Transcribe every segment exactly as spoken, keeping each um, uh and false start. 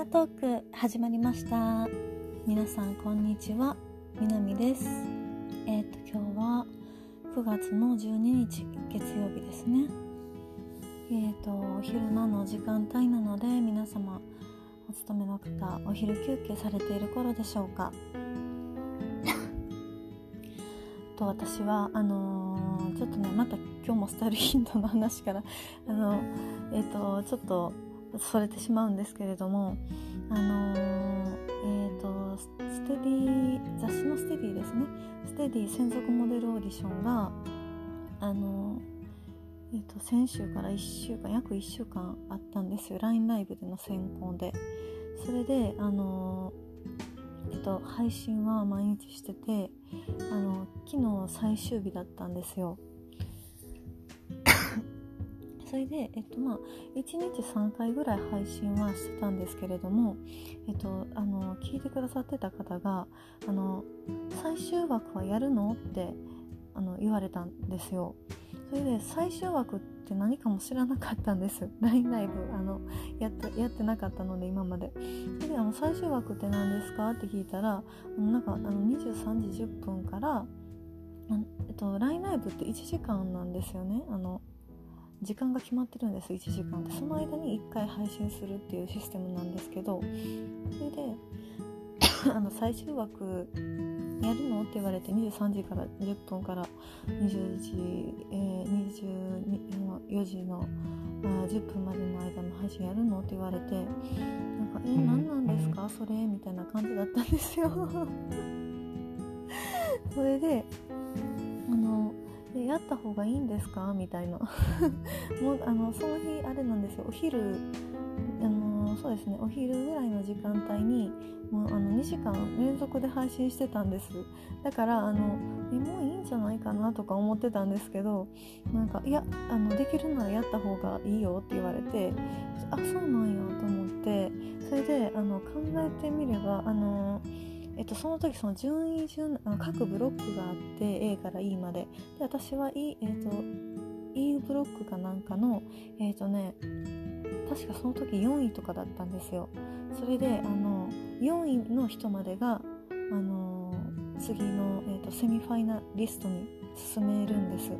トーク始まりました。皆さんこんにちは、みなみです。えっ、ー、と今日はくがつのじゅうににち月曜日ですね。えっ、ー、とお昼間の時間帯なので、皆様お勤めの方お昼休憩されている頃でしょうか。と私はあのー、ちょっとねまた今日もスタイルヒントの話からあのえっ、ー、とちょっとそれてしまうんですけれども、あのー、えっ、ー、とステディ雑誌のステディですねステディ専属モデルオーディションがあのー、えー、と先週からいっしゅうかん約いっしゅうかんあったんですよ。 ライン ライブでの選考で。それであのー、えっ、と配信は毎日してて、あの昨日最終日だったんですよ。それで、えっとまあ、いちにちさんかいぐらい配信はしてたんですけれども、えっと、あの聞いてくださってた方があの最終枠はやるのってあの言われたんですよ。それで最終枠って何かも知らなかったんです。 ライン ライブあの や, っやってなかったので今まで。それであの最終枠って何ですかって聞いたら、あのなんかあのにじゅうさんじじゅっぷんからあ、えっと、ライン ライブっていちじかんなんですよね。あの時間が決まってるんです。いちじかんでその間にいっかい配信するっていうシステムなんですけど、それであの最終枠やるのって言われて、にじゅうさんじからじゅっぷんからにじゅうじ、えー、にじゅうよじのあじゅっぷんまでの間の配信やるのって言われて、なんかえー、何なんですかそれみたいな感じだったんですよ。それであのでやった方がいいんですかみたいなもうあのその日あれなんですよ、お昼あのそうですねお昼ぐらいの時間帯にもうあのにじかん連続で配信してたんです。だからあのえもういいんじゃないかなとか思ってたんですけど、なんかいやあのできるならやった方がいいよって言われて、あそうなんやと思って、それであの考えてみればあのえっと、その時その順位順あ各ブロックがあって A から E までで、私は E、えっと、E ブロックかなんかのえっとね確かその時よんいとかだったんですよ。それであのよんいの人までがあの次の、えっと、セミファイナリストに進めるんです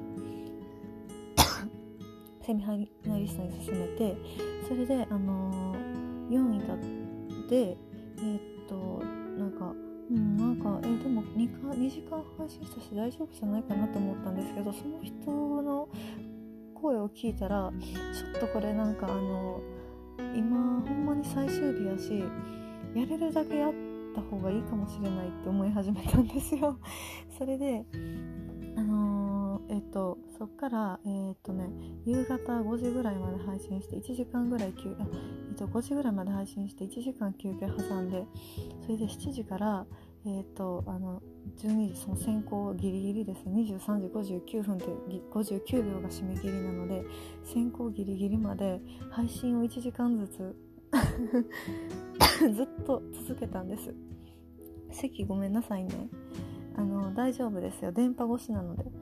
セミファイナリストに進めて、それであのよんいだってえっとなんかうん、なんかえでも 2, かにじかん配信したし大丈夫じゃないかなと思ったんですけど、その人の声を聞いたらちょっとこれなんかあの今ほんまに最終日やし、やれるだけやった方がいいかもしれないって思い始めたんですよ。それであのー、えっとそっからえっとね夕方ごじぐらいまで配信していちじかんぐらい休あ、えっと、ごじぐらいまで配信していちじかん休憩挟んで、それでしちじからえっとあのじゅうにじその選考ギリギリですね、にじゅうさんじごじゅうきゅうふんってごじゅうきゅうびょうが締め切りなので、選考ギリギリまで配信をいちじかんずつずっと続けたんです。席ごめんなさいね、あの大丈夫ですよ、電波越しなので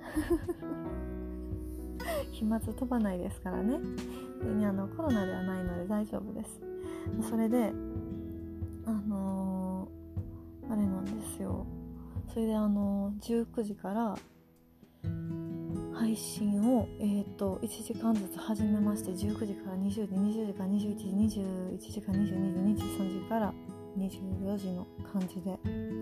飛沫飛ばないですからね。でねあのコロナではないので大丈夫です。それであのー、あれなんですよ。それであのー、じゅうくじから配信を、えー、といちじかんずつ始めまして、じゅうくじからにじゅうじにじゅうじからにじゅういちじにじゅういちじからにじゅうにじにじゅうさんじからにじゅうよじの感じで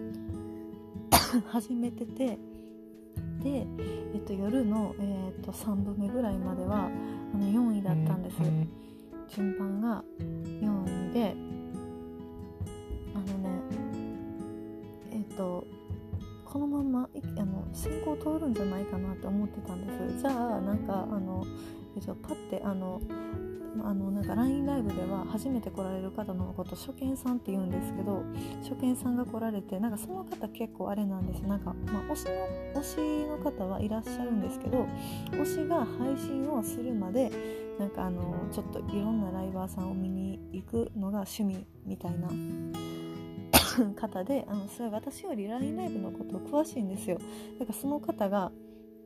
始めてて、で、えっと、夜の、えっと、さんぶんめぐらいまではあのよんいだったんです。順番がよんいで、あのねえっとこのままあの選考通るんじゃないかなって思ってたんです。じゃあなんかあの、えっと、パッてあのあのなんか ライン ライブでは初めて来られる方のこと初見さんって言うんですけど、初見さんが来られて、なんかその方結構あれなんです。なんか、まあ、推しの推しの方はいらっしゃるんですけど、推しが配信をするまでなんかあのちょっといろんなライバーさんを見に行くのが趣味みたいな方で、あのそれ私より ライン ライブのこと詳しいんですよ。だからその方が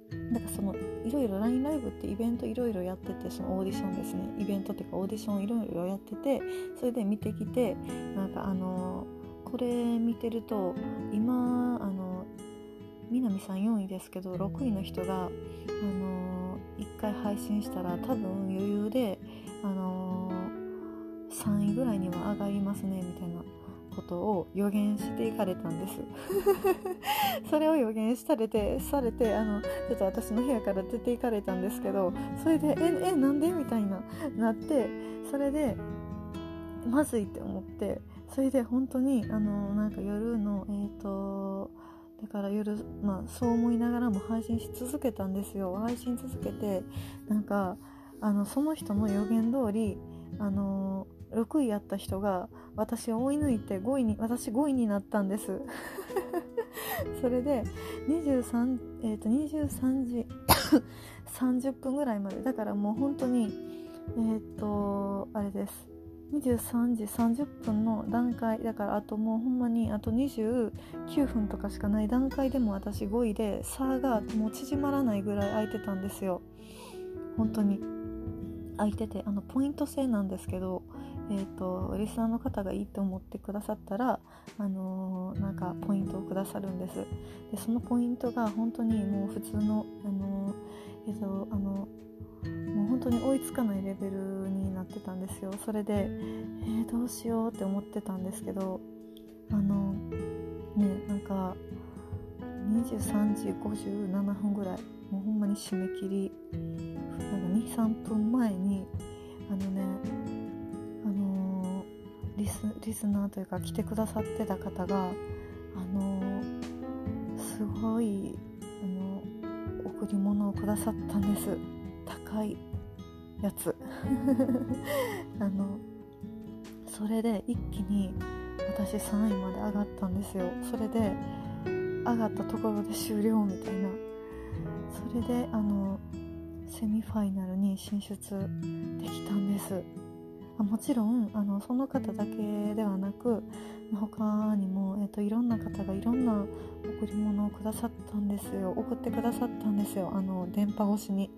だからそのいろいろ ライン ライブってイベントいろいろやってて、そのオーディションですね、イベントっていうかオーディションいろいろやってて、それで見てきて、なんかあのこれ見てると今あの南さんよんいですけど、ろくいの人があのいっかい配信したら多分余裕であのさんいぐらいには上がりますねみたいなことを予言していかれたんですそれを予言されてされてあのちょっと私の部屋から出ていかれたんですけど、それでええなんでみたいななって、それでまずいって思って、それで本当にあのなんか夜のえっとだから夜、まあ、そう思いながらも配信し続けたんですよ。配信続けて、なんかあのその人の予言通りあのろくいやった人が私を追い抜いてごいに、私ごいになったんですそれでにじゅうさん、えーと、にじゅうさんじさんじゅっぷんぐらいまで、だからもう本当にえっ、ー、とあれですにじゅうさんじさんじゅっぷんの段階だから、あともうほんまにあとにじゅうきゅうふんとかしかない段階でも私ごいで、差がもう縮まらないぐらい空いてたんですよ。本当に空いてて、あのポイント制なんですけど、えーと、リスナーの方がいいと思ってくださったら、あのー、なんかポイントをくださるんです。でそのポイントが本当にもう普通の、あのーえーとあのもう本当に追いつかないレベルになってたんですよ。それで、えー、どうしようって思ってたんですけど、あのねなんかにじゅうさんじごじゅうななふんぐらい、もうほんまに締め切りなんか にさんぷんまえにあのねあのー、リスリスナーというか来てくださってた方があのー、すごいあの贈り物をくださったんです。高いやつあのそれで一気に私さんいまで上がったんですよ。それで上がったところで終了みたいな。それであのセミファイナルに進出できたんです。あもちろんあのその方だけではなく、他にも、えーと、いろんな方がいろんな贈り物をくださったんですよ。送ってくださったんですよ、あの電波越しに。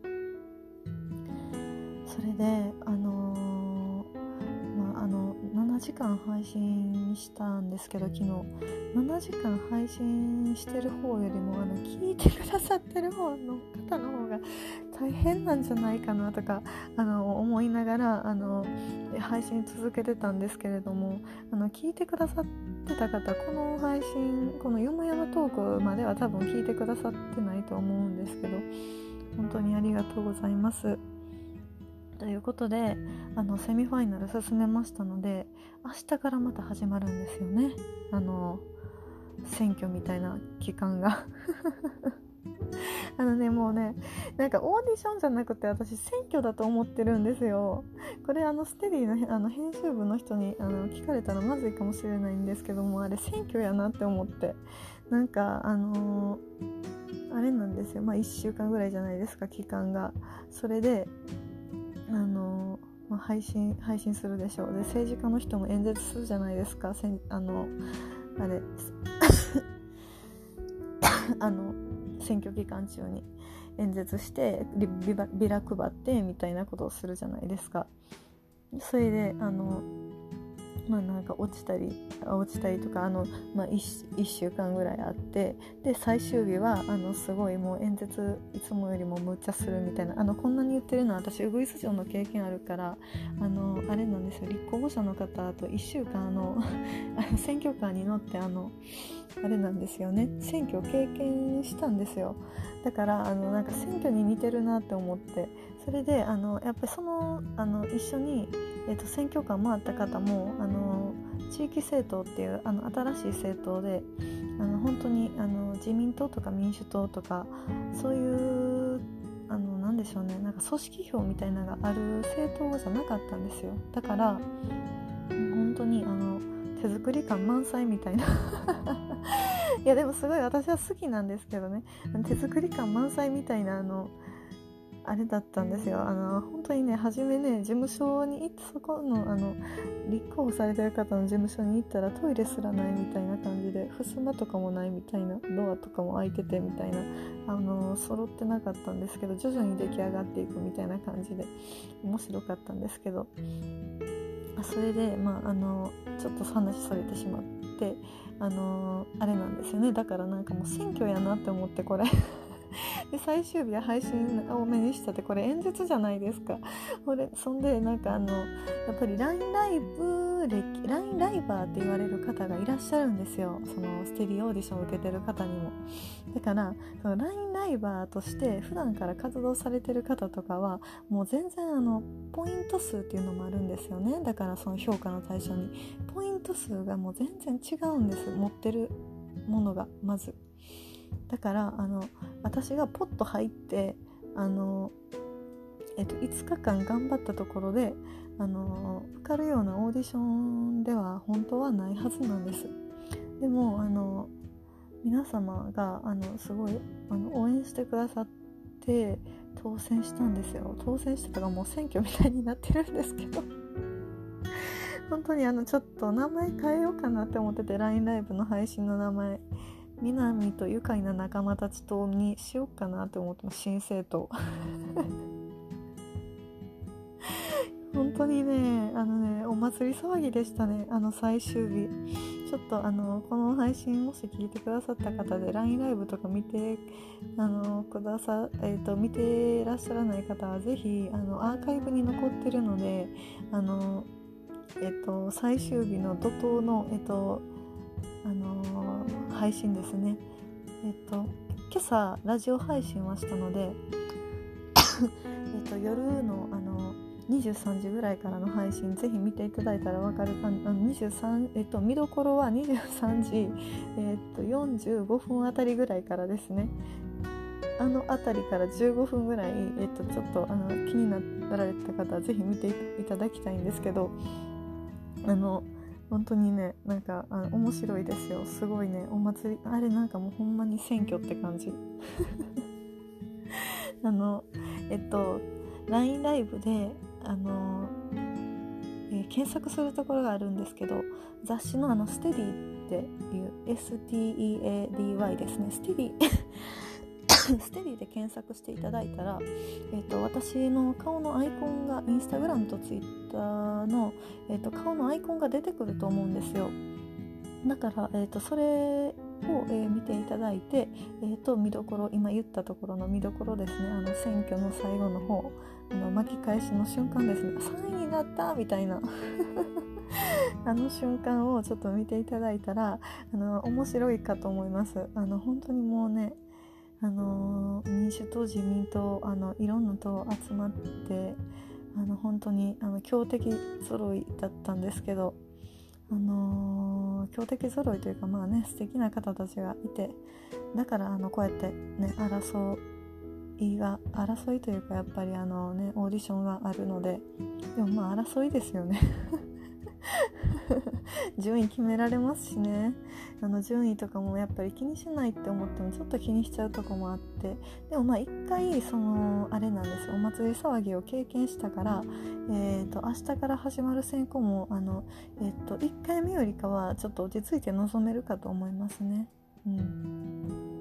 それであのーまあ、あのななじかん配信したんですけど、昨日ななじかん配信してる方よりもあの聞いてくださってる方の方の方が大変なんじゃないかなとかあの思いながらあの配信続けてたんですけれども、あの聞いてくださってた方、この配信このよもやまトークまでは多分聞いてくださってないと思うんですけど、本当にありがとうございます。ということであのセミファイナル進めましたので、明日からまた始まるんですよね、あの選挙みたいな期間があのねもうねなんかオーディションじゃなくて私選挙だと思ってるんですよ。これあのステディの、あの編集部の人にあの聞かれたらまずいかもしれないんですけども、あれ選挙やなって思って、なんかあのー、あれなんですよ、まあいっしゅうかんぐらいじゃないですか期間が。それであの、まあ、配信配信するでしょう。で政治家の人も演説するじゃないですか。せんあのあれあの選挙期間中に演説してビ, ビ, ビラ配ってみたいなことをするじゃないですか。それであのまあなんか落ちたり落ちたりとかあの、まあ、1, いっしゅうかんぐらいあって、で最終日はあのすごいもう演説いつもよりもむっちゃするみたいな、あのこんなに言ってるのは私ウグイス嬢の経験あるからあのあれなんですよ。立候補者の方といっしゅうかんあの選挙カーに乗ってあのあれなんですよね、選挙を経験したんですよ。だからあのなんか選挙に似てるなって思って、それであのやっぱりそのあの一緒に、えーと、選挙カー回った方もあの地域政党っていうあの新しい政党で、あの本当にあの自民党とか民主党とかそういうあのなんでしょうね、なんか組織票みたいなのがある政党じゃなかったんですよ。だから本当にあの手作り感満載みたいないやでもすごい私は好きなんですけどね、手作り感満載みたいなあのあれだったんですよ。あの本当にね、初めね、事務所に行って、そこのあの立候補されてる方の事務所に行ったらトイレすらないみたいな感じで、襖とかもないみたいな、ドアとかも開いててみたいな、あの揃ってなかったんですけど、徐々に出来上がっていくみたいな感じで面白かったんですけど、それでまああのちょっと話されてしまって、あのあれなんですよね。だからなんかもう選挙やなって思って、これで最終日は配信多めにしたって、これ演説じゃないですか。これそんでなんかあのやっぱり ライン ライブ歴 ライン ライバーって言われる方がいらっしゃるんですよ。そのステディオーディションを受けてる方にも。だからその ライン ライバーとして普段から活動されてる方とかはもう全然あのポイント数っていうのもあるんですよね。だからその評価の対象にポイント数がもう全然違うんです。持ってるものがまず。だからあの私がポッと入ってあの、えっと、いつかかん頑張ったところであの受かるようなオーディションでは本当はないはずなんです。でもあの皆様があのすごいあの応援してくださって当選したんですよ。当選したからもう選挙みたいになってるんですけど本当にあのちょっと名前変えようかなって思ってて、 ライン ライブの配信の名前南と愉快な仲間たちとにしようかなって思ってます。新生徒本当にね、あのね、お祭り騒ぎでしたね。あの最終日ちょっとあのこの配信もし聞いてくださった方で ライン ライブとか見てあのくださ、えーと、見てらっしゃらない方はぜひあのアーカイブに残ってるので、あのえっ、ー、と最終日の怒涛のえっ、ー、とあのー、配信ですね。えっ、ー、と今朝ラジオ配信はしたのでえっと夜のあのにじゅうさんじぐらいからの配信ぜひ見ていただいたらわかるか、あのにじゅうさん、えっと見どころはにじゅうさんじ、えっとよんじゅうごふんあたりぐらいからですね。あのあたりからじゅうごふんぐらい、えっとちょっとあの気になられた方はぜひ見ていただきたいんですけど、あの本当にね、なんかあの面白いですよ。すごいね、お祭り、あれなんかもうほんまに選挙って感じあのえっと ライン ライブであの、えー、検索するところがあるんですけど、雑誌のあのステディっていう エスティーイーエーディーワイ ですね。ステディステディで検索していただいたら、えー、と私の顔のアイコンがインスタグラムとツイッターの、えー、と顔のアイコンが出てくると思うんですよ。だから、えー、とそれを、えー、見ていただいて、えー、と見どころ、今言ったところの見どころですね。あの選挙の最後の方、あの巻き返しの瞬間ですね。さんいになったみたいなあの瞬間をちょっと見ていただいたらあの面白いかと思います。あの本当にもうね、あの民主党、自民党、あのいろんな党集まってあの本当にあの強敵揃いだったんですけど、あの強敵揃いというか、まあね、素敵な方たちがいて、だからあのこうやってね争いが争いというか、やっぱりあのねオーディションがあるので、でもまあ争いですよね順位決められますしね。あの順位とかもやっぱり気にしないって思ってもちょっと気にしちゃうとこもあって、でもまあ一回そのあれなんですよ、お祭り騒ぎを経験したから、えー、と明日から始まる選考もあの、えー、といっかいめよりかはちょっと落ち着いて臨めるかと思いますね。うん、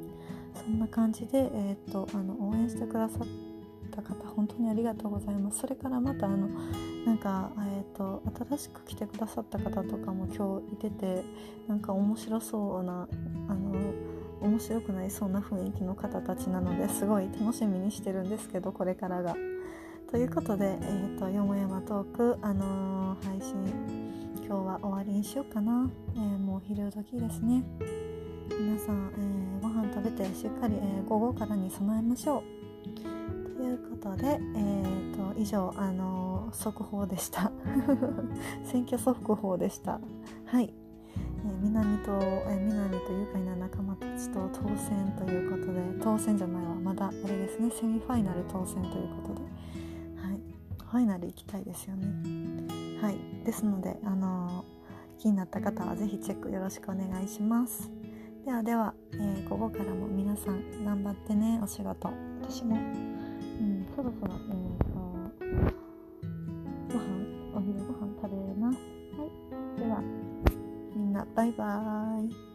そんな感じで、えー、とあの応援してくださった方本当にありがとうございます。それからまたあのなんか、えー、と新しく来てくださった方とかも今日いてて、なんか面白そうなあの面白くなりそうな雰囲気の方たちなので、すごい楽しみにしてるんですけど、これからがということで、えー、とよもやまトーク、あのー、配信今日は終わりにしようかな。えー、もう昼時ですね。皆さん、えー、ご飯食べてしっかり、えー、午後からに備えましょうということで、えー、と以上、あのー、速報でした選挙速報でした。はい、えー、南と、えー、南と愉快な仲間たちと当選ということで、当選じゃないわ、まだあれですね、セミファイナル当選ということで、はい、ファイナル行きたいですよね。はい、ですので、あのー、気になった方はぜひチェックよろしくお願いします。ではでは、えー、午後からも皆さん頑張ってね、お仕事。私もん、そろそろ、えーと、ご飯、お昼ご飯食べます。はい、ではみんなバイバーイ。